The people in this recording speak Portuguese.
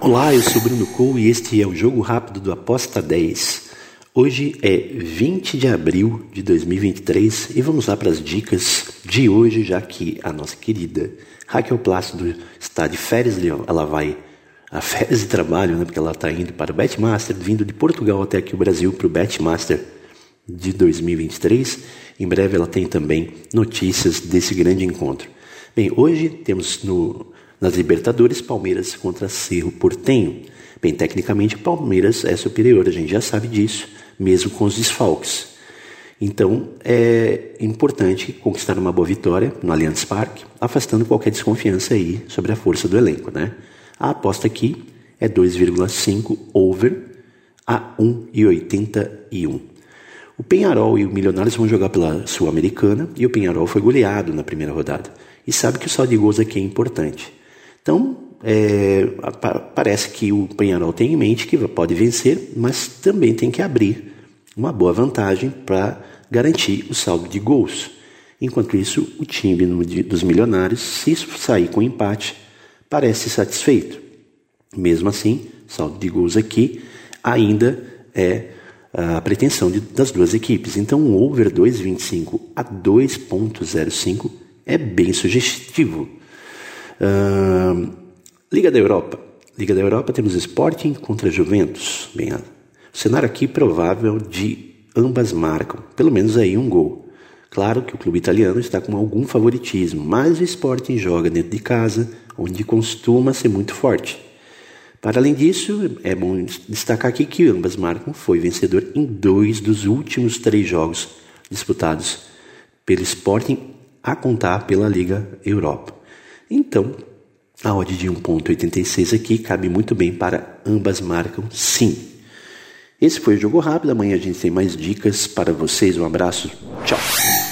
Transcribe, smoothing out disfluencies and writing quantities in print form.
Olá, eu sou Bruno Couto e este é o Jogo Rápido do Aposta 10. Hoje é 20 de abril de 2023 e vamos lá para as dicas de hoje, já que a nossa querida Raquel Plácido está de férias, ela vai a férias de trabalho, né, porque ela está indo para o Betmaster, vindo de Portugal até aqui o Brasil para o Betmaster de 2023. Em breve ela tem também notícias desse grande encontro. Bem, hoje temos nas Libertadores, Palmeiras contra Cerro Porteño. Bem, tecnicamente o Palmeiras é superior, a gente já sabe disso, mesmo com os desfalques. Então, é importante conquistar uma boa vitória no Allianz Parque, afastando qualquer desconfiança aí sobre a força do elenco, né? A aposta aqui é 2,5 over a 1,81. O Peñarol e o Milionários vão jogar pela Sul-Americana e o Peñarol foi goleado na primeira rodada. E sabe que o saldo de gols aqui é importante. Então, parece que o Peñarol tem em mente que pode vencer, mas também tem que abrir uma boa vantagem para garantir o saldo de gols. Enquanto isso, o time dos Milionários, se sair com empate, parece satisfeito. Mesmo assim, saldo de gols aqui ainda é a pretensão das duas equipes. Então, um over 2,25 a 2,05 é bem sugestivo. Liga da Europa. Liga da Europa temos Sporting contra Juventus. Bem, o cenário aqui provável de ambas marcam, pelo menos aí um gol. Claro que o clube italiano está com algum favoritismo, mas o Sporting joga dentro de casa, onde costuma ser muito forte. Para além disso, é bom destacar aqui que ambas marcam foi vencedor em 2 dos últimos 3 jogos disputados pelo Sporting, a contar pela Liga Europa. Então, a odd de 1,86 aqui cabe muito bem para ambas marcam sim. Esse foi o Jogo Rápido, amanhã a gente tem mais dicas para vocês, um abraço, tchau!